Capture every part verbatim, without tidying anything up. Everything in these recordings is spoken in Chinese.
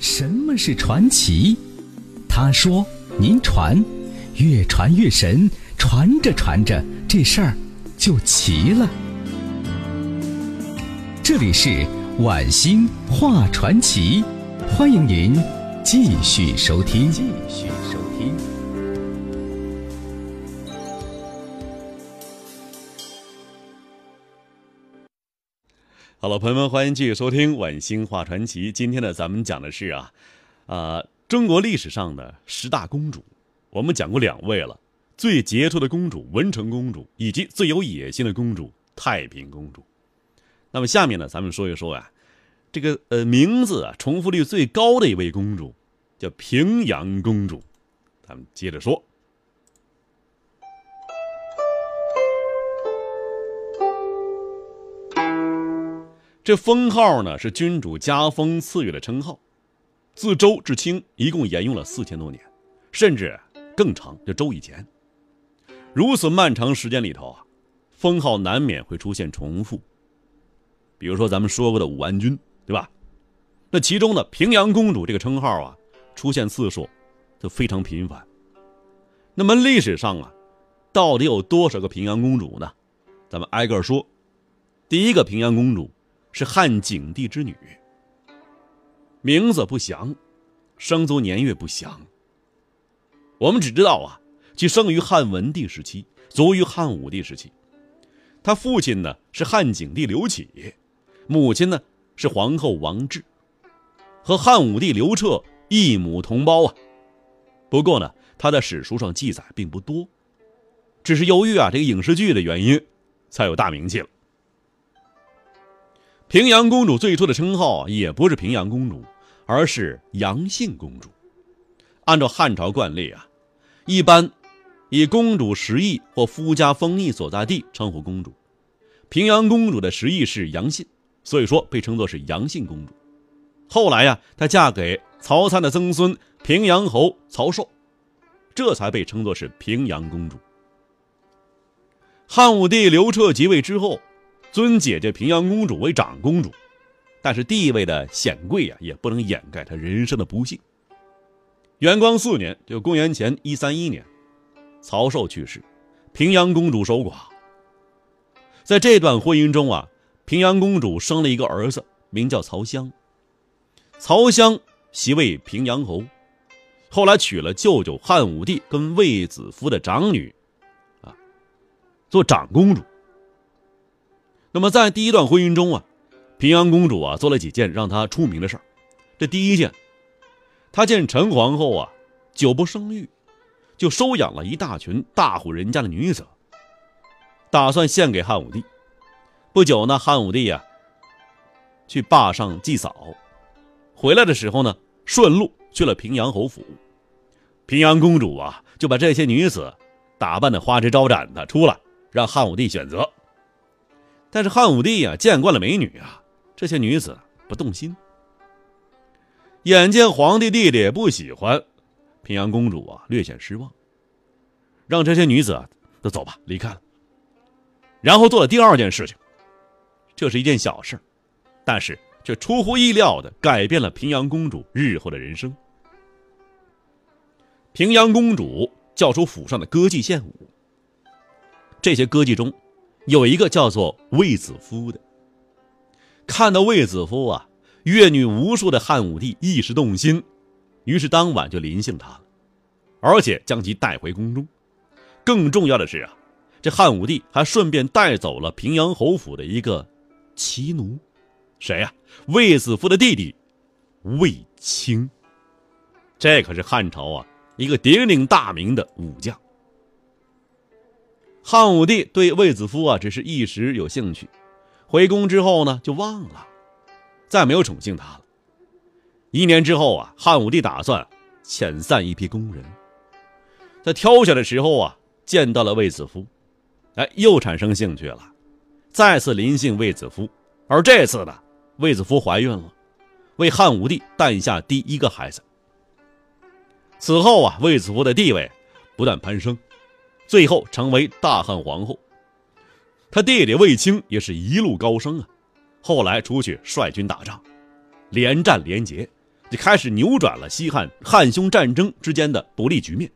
什么是传奇？他说您传，越传越神，传着传着这事儿就齐了。这里是晚星话传奇，欢迎您继续收听。继续收听。 好了，朋友们，欢迎继续收听晚星话传奇。今天呢，咱们讲的是啊，呃，中国历史上的十大公主。我们讲过两位了，最杰出的公主文成公主，以及最有野心的公主太平公主。那么下面呢，咱们说一说啊，这个呃名字啊重复率最高的一位公主，叫平阳公主。咱们接着说。这封号呢是君主加封赐予的称号，自周至清一共沿用了四千多年，甚至更长，就周以前。如此漫长时间里头啊，封号难免会出现重复。比如说咱们说过的武安君，对吧？那其中的平阳公主这个称号啊，出现次数就非常频繁。那么历史上啊，到底有多少个平阳公主呢？咱们挨个说。第一个平阳公主是汉景帝之女，名字不详，生卒年月不详。我们只知道啊，其生于汉文帝时期，卒于汉武帝时期。他父亲呢是汉景帝刘启，母亲呢是皇后王治，和汉武帝刘彻异母同胞啊。不过呢，他在史书上记载并不多，只是由于啊这个影视剧的原因，才有大名气了。平阳公主最初的称号也不是平阳公主，而是阳信公主。按照汉朝惯例啊，一般以公主实邑或夫家封邑所在地称呼公主。平阳公主的实邑是阳信，所以说被称作是阳信公主。后来呀、啊，她嫁给曹参的曾孙平阳侯曹寿，这才被称作是平阳公主。汉武帝刘彻即位之后，尊姐姐平阳公主为长公主，但是地位的显贵啊，也不能掩盖她人生的不幸。元光四年，就公元前一三一年，曹寿去世，平阳公主守寡。在这段婚姻中啊，平阳公主生了一个儿子，名叫曹襄。曹襄袭为平阳侯，后来娶了舅舅汉武帝跟卫子夫的长女啊，做长公主。那么在第一段婚姻中啊，平阳公主啊做了几件让她出名的事儿。这第一件，她见陈皇后啊久不生育，就收养了一大群大户人家的女子，打算献给汉武帝。不久呢，汉武帝呀、啊、去坝上祭扫，回来的时候呢，顺路去了平阳侯府。平阳公主啊就把这些女子打扮的花枝招展的出来，让汉武帝选择。但是汉武帝啊见惯了美女啊，这些女子不动心。眼见皇帝弟弟也不喜欢，平阳公主啊略显失望，让这些女子啊都走吧，离开了。然后做了第二件事情，这是一件小事，但是却出乎意料的改变了平阳公主日后的人生。平阳公主教出府上的歌妓献舞，这些歌妓中有一个叫做卫子夫的。看到卫子夫啊阅女无数的汉武帝一时动心，于是当晚就临幸他了，而且将其带回宫中。更重要的是啊，这汉武帝还顺便带走了平阳侯府的一个骑奴。谁呀、啊？卫子夫的弟弟卫青。这可是汉朝啊一个鼎鼎大名的武将。汉武帝对卫子夫啊只是一时有兴趣，回宫之后呢就忘了，再没有宠幸他了。一年之后啊，汉武帝打算遣散一批宫人，在挑选的时候啊见到了卫子夫，哎，又产生兴趣了，再次临幸卫子夫。而这次呢，卫子夫怀孕了，为汉武帝诞下第一个孩子。此后啊，卫子夫的地位不断攀升，最后成为大汉皇后。他弟弟卫青也是一路高升啊，后来出去率军打仗，连战连捷， 就开始扭转了西汉汉匈战争之间的不利局面。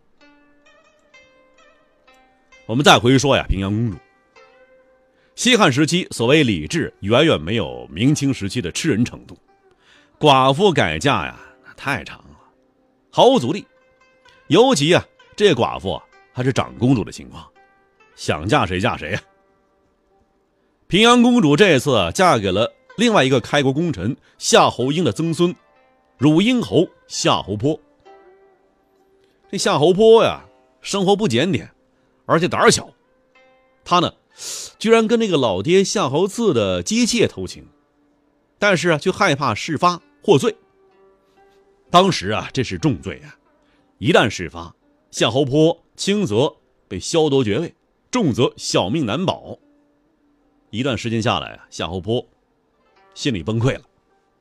我们再回说呀，平阳公主。西汉时期所谓礼制远远没有明清时期的吃人程度，寡妇改嫁呀太长了，毫无阻力。尤其啊这寡妇啊还是长公主的情况，想嫁谁嫁谁啊。平阳公主这次嫁给了另外一个开国功臣夏侯婴的曾孙汝阴侯夏侯颇。这夏侯颇呀生活不检点，而且胆儿小，他呢居然跟那个老爹夏侯赐的姬妾偷情，但是啊却害怕事发获罪。当时啊这是重罪啊，一旦事发，夏侯颇轻则被削夺爵位，重则小命难保。一段时间下来啊，夏侯颇心里崩溃了。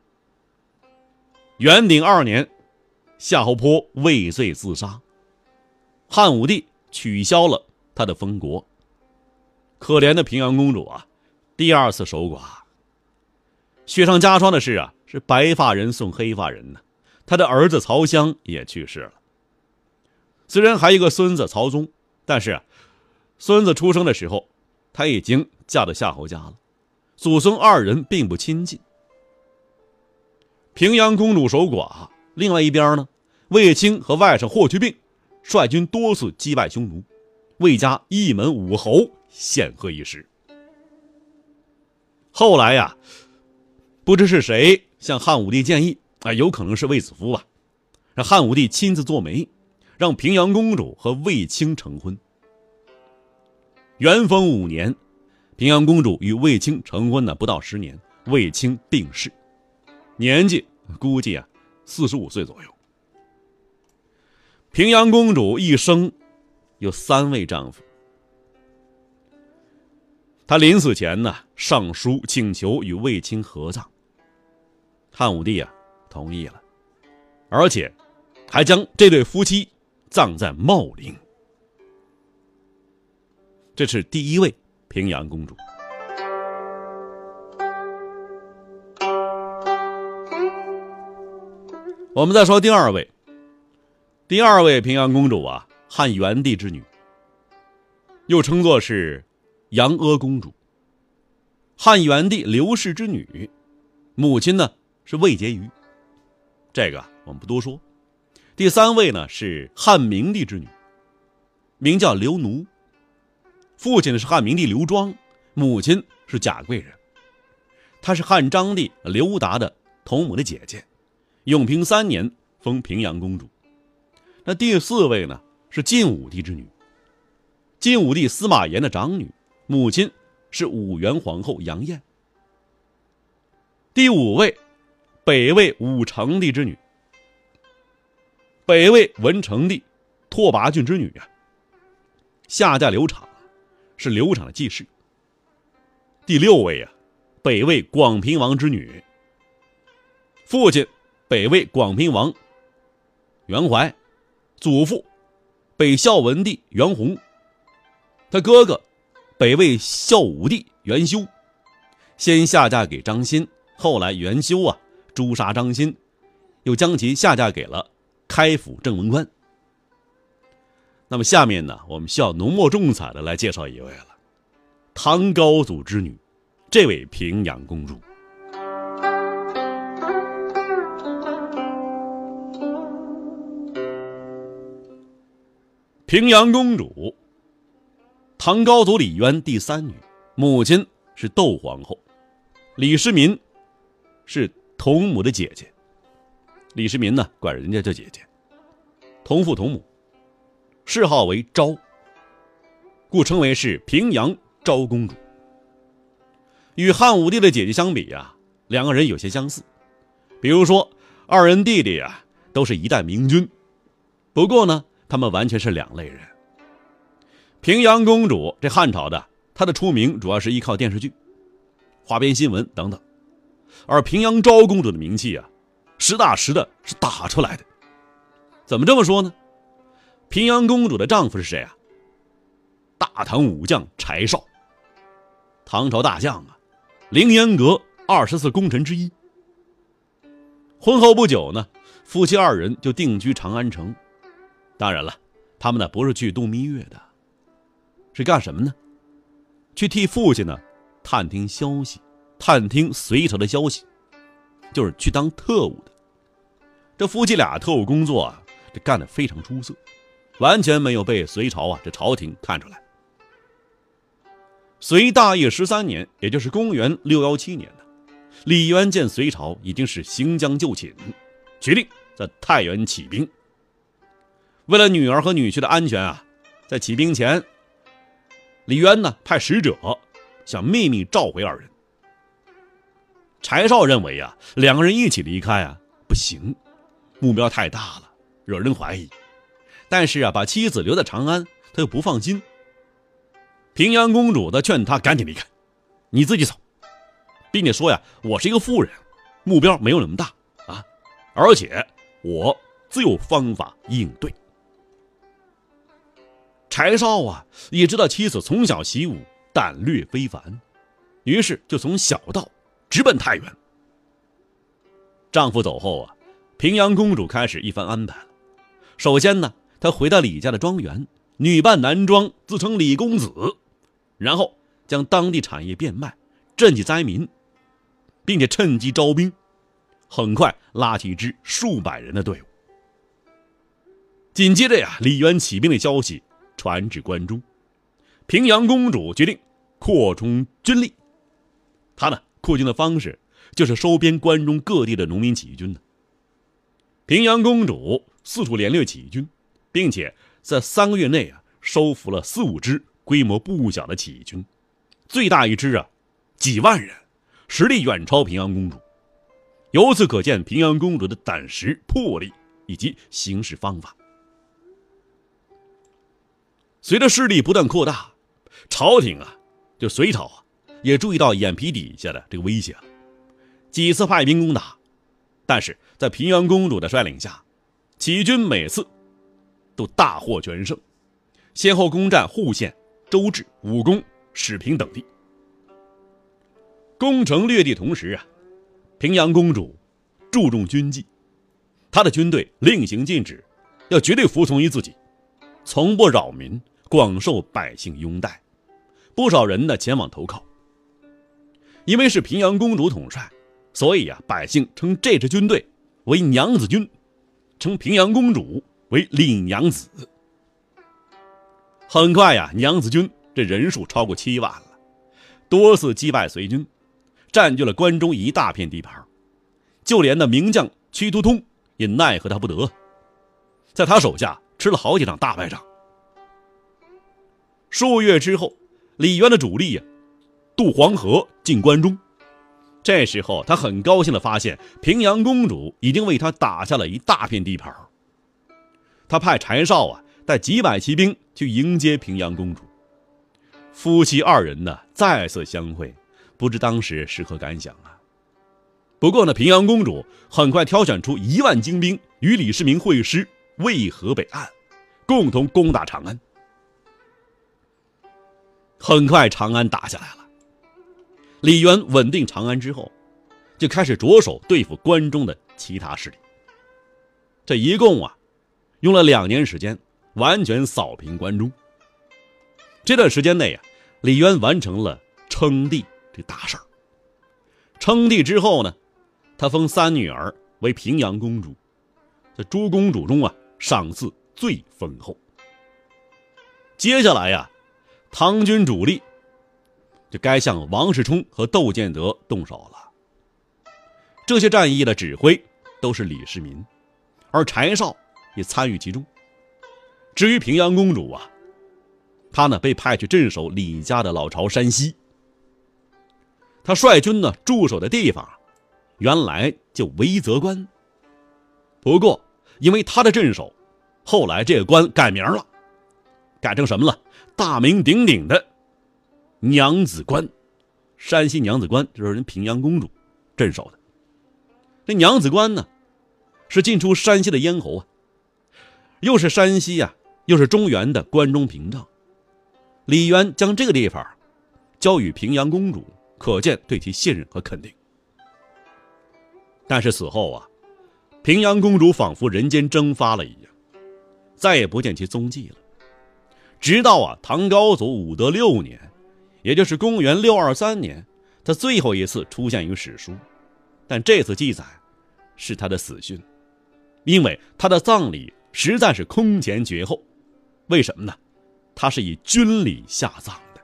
元鼎二年，夏侯颇畏罪自杀，汉武帝取消了他的封国。可怜的平阳公主啊，第二次守寡。雪上加霜的是啊，是白发人送黑发人呢，他的儿子曹襄也去世了。虽然还有一个孙子曹宗，但是啊，孙子出生的时候，他已经嫁到夏侯家了，祖孙二人并不亲近。平阳公主守寡，另外一边呢，卫青和外甥霍去病率军多次击败匈奴，魏家一门武侯显赫一时。后来呀，不知是谁向汉武帝建议啊，有可能是卫子夫吧，让汉武帝亲自做媒，让平阳公主和卫青成婚。元丰五年，平阳公主与卫青成婚呢，不到十年，卫青病逝，年纪估计啊四十五岁左右。平阳公主一生有三位丈夫，她临死前呢上书请求与卫青合葬，汉武帝啊同意了，而且还将这对夫妻葬在茂陵。这是第一位平阳公主。我们再说第二位，第二位平阳公主啊，汉元帝之女，又称作是杨阿公主。汉元帝刘氏之女，母亲呢是魏婕妤，这个我们不多说。第三位呢是汉明帝之女，名叫刘奴，父亲是汉明帝刘庄，母亲是贾贵人。她是汉章帝刘达的同母的姐姐，永平三年封平阳公主。那第四位呢是晋武帝之女，晋武帝司马炎的长女，母亲是武元皇后杨艳。第五位，北魏武成帝之女，北魏文成帝拓跋浚之女啊，下嫁刘昶，是刘昶的继室。第六位啊，北魏广平王之女，父亲北魏广平王袁怀，祖父北孝文帝袁弘，他哥哥北魏孝武帝袁修，先下嫁给张欣，后来袁修啊诛杀张欣，又将其下嫁给了开府郑文宽。那么下面呢，我们需要浓墨重彩的来介绍一位了，唐高祖之女，这位平阳公主。平阳公主，唐高祖李渊第三女，母亲是窦皇后，李世民是同母的姐姐。李世民呢管人家叫姐姐，同父同母，谥号为昭，故称为是平阳昭公主。与汉武帝的姐姐相比啊，两个人有些相似，比如说二人弟弟啊都是一代明君，不过呢他们完全是两类人。平阳公主这汉朝的，她的出名主要是依靠电视剧、花边新闻等等，而平阳昭公主的名气啊，实打实的是打出来的。怎么这么说呢？平阳公主的丈夫是谁啊？大唐武将柴绍，唐朝大将啊，凌烟阁二十四功臣之一。婚后不久呢， 夫妻二人就定居长安城。当然了，他们呢不是去度蜜月的，是干什么呢？去替父亲呢探听消息，探听隋朝的消息，就是去当特务的。这夫妻俩特务工作啊，这干得非常出色，完全没有被隋朝啊这朝廷看出来。隋大业十三年，也就是公元六一七年呢，李渊见隋朝已经是行将就寝，决定在太原起兵。为了女儿和女婿的安全啊，在起兵前，李渊呢派使者想秘密召回二人。柴绍认为啊，两个人一起离开啊不行，目标太大了，惹人怀疑。但是啊，把妻子留在长安，他又不放心。平阳公主的劝他赶紧离开，你自己走，并且说呀，我是一个妇人，目标没有那么大啊，而且我自有方法应对。柴绍啊，也知道妻子从小习武，胆略非凡，于是就从小道直奔太原。丈夫走后啊，平阳公主开始一番安排了。首先呢，她回到李家的庄园，女扮男装，自称李公子，然后将当地产业变卖，赈济灾民，并且趁机招兵，很快拉起一支数百人的队伍。紧接着呀，李渊起兵的消息传至关中，平阳公主决定扩充军力。她呢，扩军的方式就是收编关中各地的农民起义军呢。平阳公主四处联络起义军，并且在三个月内啊，收服了四五支规模不小的起义军，最大一支啊，几万人，实力远超平阳公主。由此可见平阳公主的胆识、魄力以及行事方法。随着势力不断扩大，朝廷啊，就隋朝啊，也注意到眼皮底下的这个威胁了，几次派兵攻打，但是在平阳公主的率领下，起义军每次都大获全胜，先后攻占户县、周至、武功、始平等地。攻城略地同时啊，平阳公主注重军纪，她的军队令行禁止，要绝对服从于自己，从不扰民，广受百姓拥戴，不少人呢前往投靠。因为是平阳公主统帅，所以啊，百姓称这支军队为娘子军，称平阳公主为李娘子。很快呀，娘子军这人数超过七万了，多次击败隋军，占据了关中一大片地盘，就连那名将屈突通也奈何他不得，在他手下吃了好几场大败仗。数月之后，李渊的主力呀、啊，渡黄河进关中。这时候他很高兴地发现平阳公主已经为他打下了一大片地盘。他派柴绍啊带几百骑兵去迎接平阳公主。夫妻二人呢再次相会，不知当时是何感想啊。不过呢，平阳公主很快挑选出一万精兵与李世民会师渭河北岸，共同攻打长安。很快长安打下来了。李渊稳定长安之后，就开始着手对付关中的其他势力。这一共啊，用了两年时间，完全扫平关中。这段时间内啊，李渊完成了称帝这大事儿。称帝之后呢，他封三女儿为平阳公主，在诸公主中啊，赏赐最丰厚。接下来呀、啊，唐军主力就该向王世充和窦建德动手了。这些战役的指挥都是李世民，而柴绍也参与其中。至于平阳公主啊，她呢被派去镇守李家的老巢山西。她率军呢驻守的地方原来就威泽关，不过因为她的镇守，后来这个关改名了，改成什么了？大名鼎鼎的娘子关。山西娘子关就是人平阳公主镇守的。这娘子关呢，是进出山西的咽喉啊，又是山西啊，又是中原的关中屏障。李渊将这个地方交予平阳公主，可见对其信任和肯定。但是此后啊， 平阳公主仿佛人间蒸发了一样，再也不见其踪迹了。直到啊唐高祖武德六年，也就是公元六二三年，他最后一次出现于史书，但这次记载是他的死讯，因为他的葬礼实在是空前绝后。为什么呢？他是以军礼下葬的。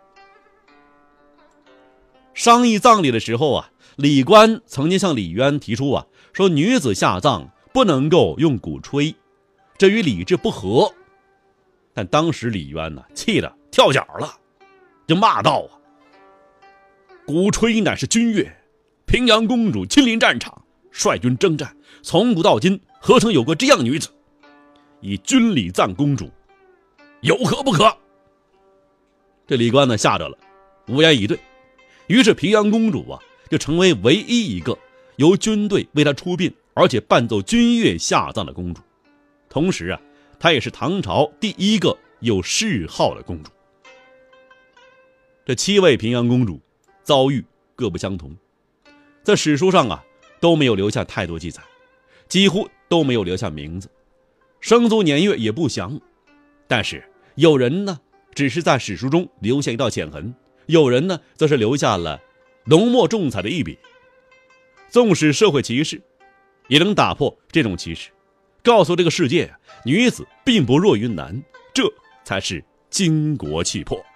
商议葬礼的时候啊，李官曾经向李渊提出啊，说女子下葬不能够用鼓吹，这与礼制不合。但当时李渊呢，气得跳脚了，就骂道啊：鼓吹乃是军乐，平阳公主亲临战场，率军征战，从古到今何曾有过这样女子？以军礼葬公主，有何不可？这李官呢吓着了，无言以对。于是平阳公主啊，就成为唯一一个由军队为她出殡，而且伴奏军乐下葬的公主。同时啊，她也是唐朝第一个有谥号的公主。这七位平阳公主遭遇各不相同，在史书上啊都没有留下太多记载，几乎都没有留下名字，生卒年月也不详。但是有人呢只是在史书中留下一道浅痕，有人呢则是留下了浓墨重彩的一笔。纵使社会歧视，也能打破这种歧视，告诉这个世界，女子并不弱于男，这才是倾国气魄。